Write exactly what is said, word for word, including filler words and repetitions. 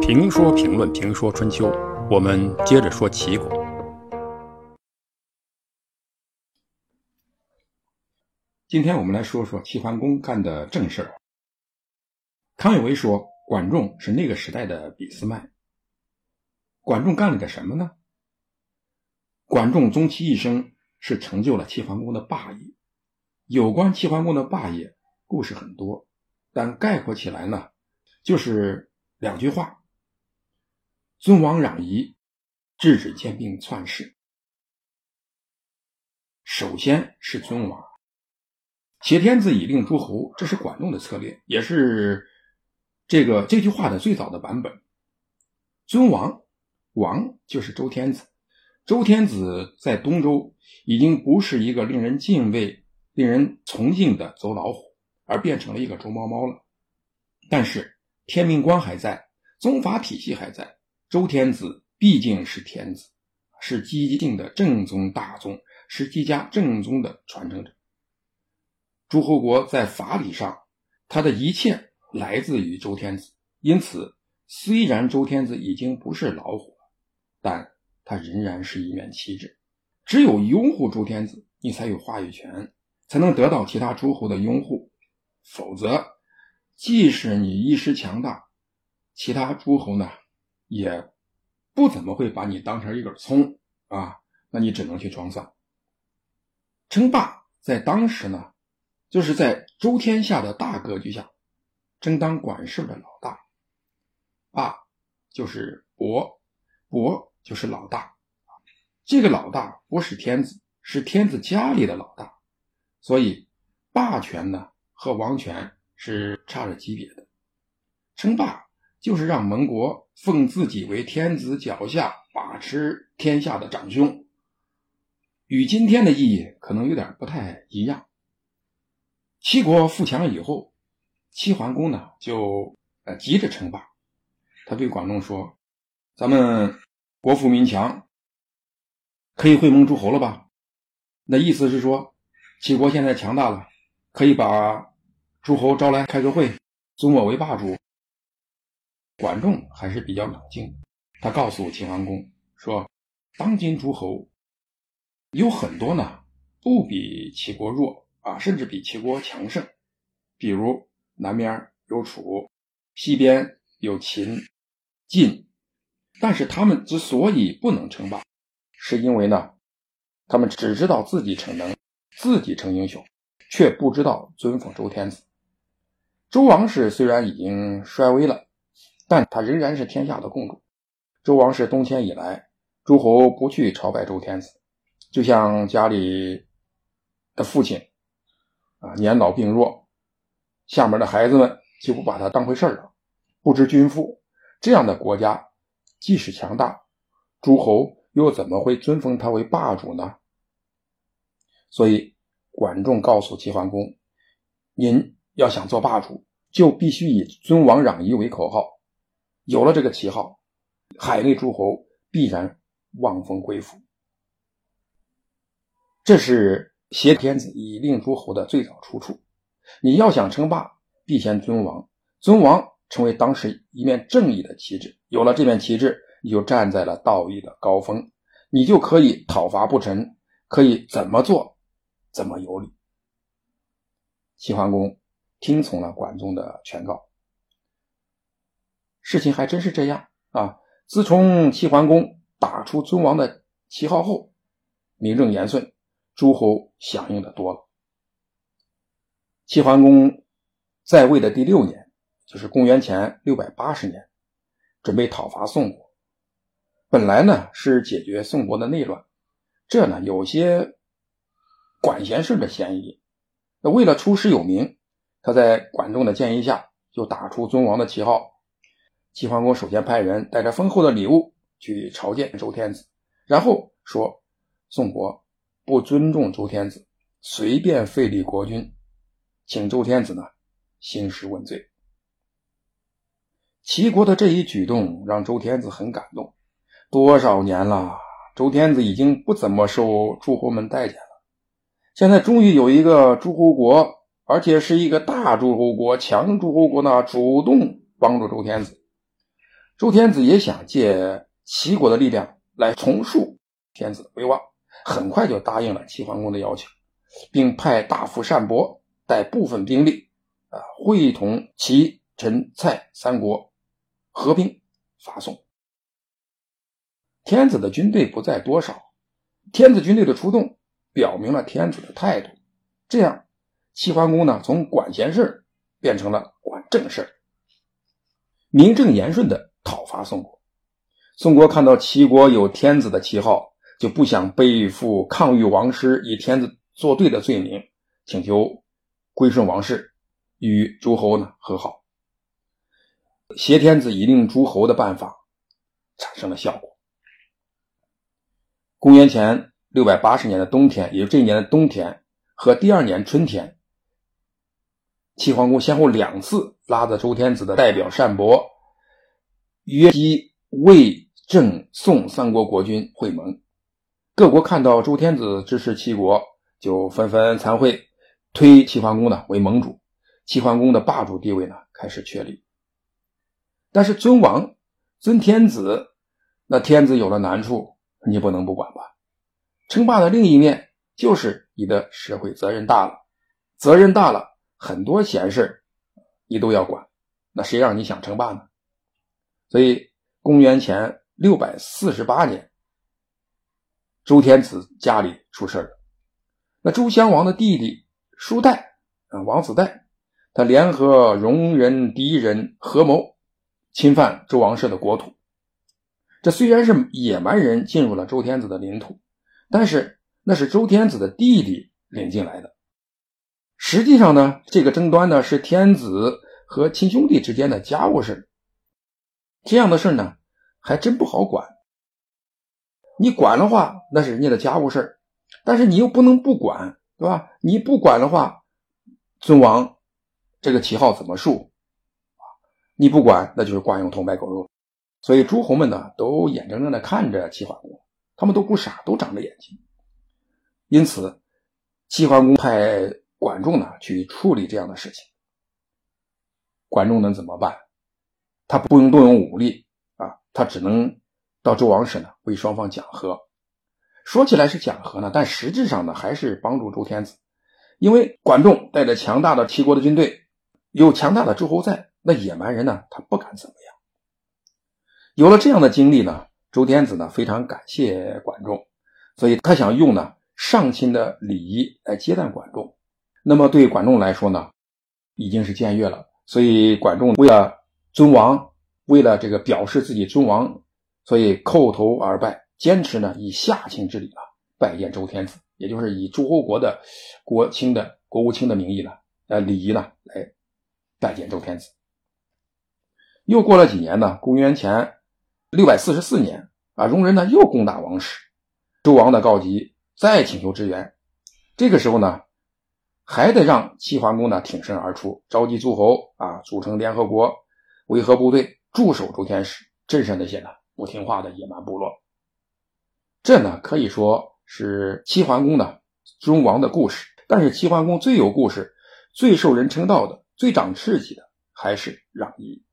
评说评论评说春秋，我们接着说齐国。今天我们来说说齐桓公干的正事儿。康有为说，管仲是那个时代的俾斯麦。管仲干了个什么呢？管仲终其一生是成就了齐桓公的霸业。有关齐桓公的霸业故事很多，但概括起来呢，就是两句话：尊王攘夷，制止兼并篡氏。首先是尊王，挟天子以令诸侯，这是管仲的策略，也是这个这句话的最早的版本。尊王，王就是周天子。周天子在东周已经不是一个令人敬畏、令人崇敬的走老虎，而变成了一个周猫猫了。但是天命观还在，宗法体系还在，周天子毕竟是天子，是姬姓的正宗大宗，是姬家正宗的传承者。诸侯国在法理上，他的一切来自于周天子，因此虽然周天子已经不是老虎了，但他仍然是一面旗帜。只有拥护周天子，你才有话语权，才能得到其他诸侯的拥护。否则即使你一时强大，其他诸侯呢也不怎么会把你当成一根葱啊，那你只能去装丧。称霸在当时呢，就是在周天下的大格局下，争当管事的老大。霸就是伯，伯就是老大。这个老大不是天子，是天子家里的老大。所以霸权呢和王权是差着级别的。称霸就是让盟国奉自己为天子脚下把持天下的长兄，与今天的意义可能有点不太一样。齐国富强以后，齐桓公呢就呃急着称霸。他对管仲说，咱们国富民强，可以会盟诸侯了吧？那意思是说，齐国现在强大了，可以把诸侯招来开个会，尊我为霸主。管仲还是比较冷静，他告诉齐桓公说，当今诸侯有很多呢不比齐国弱啊，甚至比齐国强盛。比如南边有楚，西边有秦、晋，但是他们之所以不能称霸，是因为呢，他们只知道自己逞能，自己成英雄，却不知道尊奉周天子。周王室虽然已经衰微了，但他仍然是天下的共主。周王室东迁以来，诸侯不去朝拜周天子，就像家里的父亲啊，年老病弱，下面的孩子们就不把他当回事了，不知君父。这样的国家即使强大，诸侯又怎么会尊奉他为霸主呢？所以管仲告诉齐桓公，您要想做霸主，就必须以尊王攘夷为口号。有了这个旗号，海内诸侯必然望风归附。这是挟天子以令诸侯的最早出处。你要想称霸，必先尊王，尊王成为当时一面正义的旗帜。有了这面旗帜，你就站在了道义的高峰，你就可以讨伐不臣，可以怎么做怎么有理。齐桓公听从了管仲的劝告。事情还真是这样啊！自从齐桓公打出尊王的旗号后，名正言顺，诸侯响应的多了。齐桓公在位的第六年，就是公元前六百八十年，准备讨伐宋国。本来呢是解决宋国的内乱，这呢有些管闲事的嫌疑。那为了出师有名，他在管仲的建议下就打出尊王的旗号。齐桓公首先派人带着丰厚的礼物去朝见周天子，然后说宋国不尊重周天子，随便废立国君，请周天子呢兴师问罪。齐国的这一举动让周天子很感动。多少年了，周天子已经不怎么受诸侯们待见了，现在终于有一个诸侯国，而且是一个大诸侯国、强诸侯国呢，主动帮助周天子。 周天子也想借齐国的力量来重塑天子的威望，很快就答应了齐桓公的要求，并派大夫单伯带部分兵力啊，会同齐、陈、蔡三国合兵伐宋。天子的军队不在多少，天子军队的出动表明了天子的态度，这样齐桓公呢，从管闲事变成了管正事，名正言顺地讨伐宋国。宋国看到齐国有天子的旗号，就不想背负抗御王师与天子作对的罪名，请求归顺王室，与诸侯呢和好。挟天子以令诸侯的办法产生了效果。公元前六百八十年的冬天，也就是这一年的冬天和第二年春天，齐桓公先后两次拉着周天子的代表单伯约击魏、郑、宋三国国君会盟。各国看到周天子支持齐国，就纷纷参会，推齐桓公呢为盟主。齐桓公的霸主地位呢开始确立。但是尊王、尊天子，那天子有了难处，你不能不管吧。称霸的另一面就是你的社会责任大了，责任大了，很多闲事你都要管，那谁让你想称霸呢？所以公元前六百四十八年，周天子家里出事了。那周襄王的弟弟叔代啊，王子代，他联合戎人、狄人合谋侵犯周王室的国土。这虽然是野蛮人进入了周天子的领土，但是那是周天子的弟弟领进来的。实际上呢，这个争端呢是天子和亲兄弟之间的家务事。这样的事呢还真不好管。你管的话，那是人家的家务事，但是你又不能不管，对吧？你不管的话，尊王这个旗号怎么树？你不管，那就是挂羊头卖狗肉。所以诸侯们呢都眼睁睁地看着齐桓公，他们都不傻，都长着眼睛。因此齐桓公派管仲呢去处理这样的事情。管仲能怎么办？他不用动用武力啊，他只能到周王室呢为双方讲和。说起来是讲和呢，但实质上呢还是帮助周天子。因为管仲带着强大的齐国的军队，有强大的诸侯在，那野蛮人呢他不敢怎么样。有了这样的经历呢，周天子呢非常感谢管仲，所以他想用呢上亲的礼仪来接待管仲。那么对管仲来说呢，已经是僭越了，所以管仲为了尊王，为了这个表示自己尊王，所以叩头而拜，坚持呢以下亲之礼呢拜见周天子，也就是以诸侯国的国卿的国务卿的名义呢呃礼仪呢来拜见周天子。又过了几年呢，公元前六百四十四年啊，戎人呢又攻打王室，周王的告急，再请求支援。这个时候呢，还得让齐桓公呢挺身而出，召集诸侯啊，组成联合国维和部队，驻守周天使，震慑那些呢不听话的野蛮部落。这呢可以说是齐桓公的尊王的故事。但是齐桓公最有故事、最受人称道的、最长志气的还是让夷。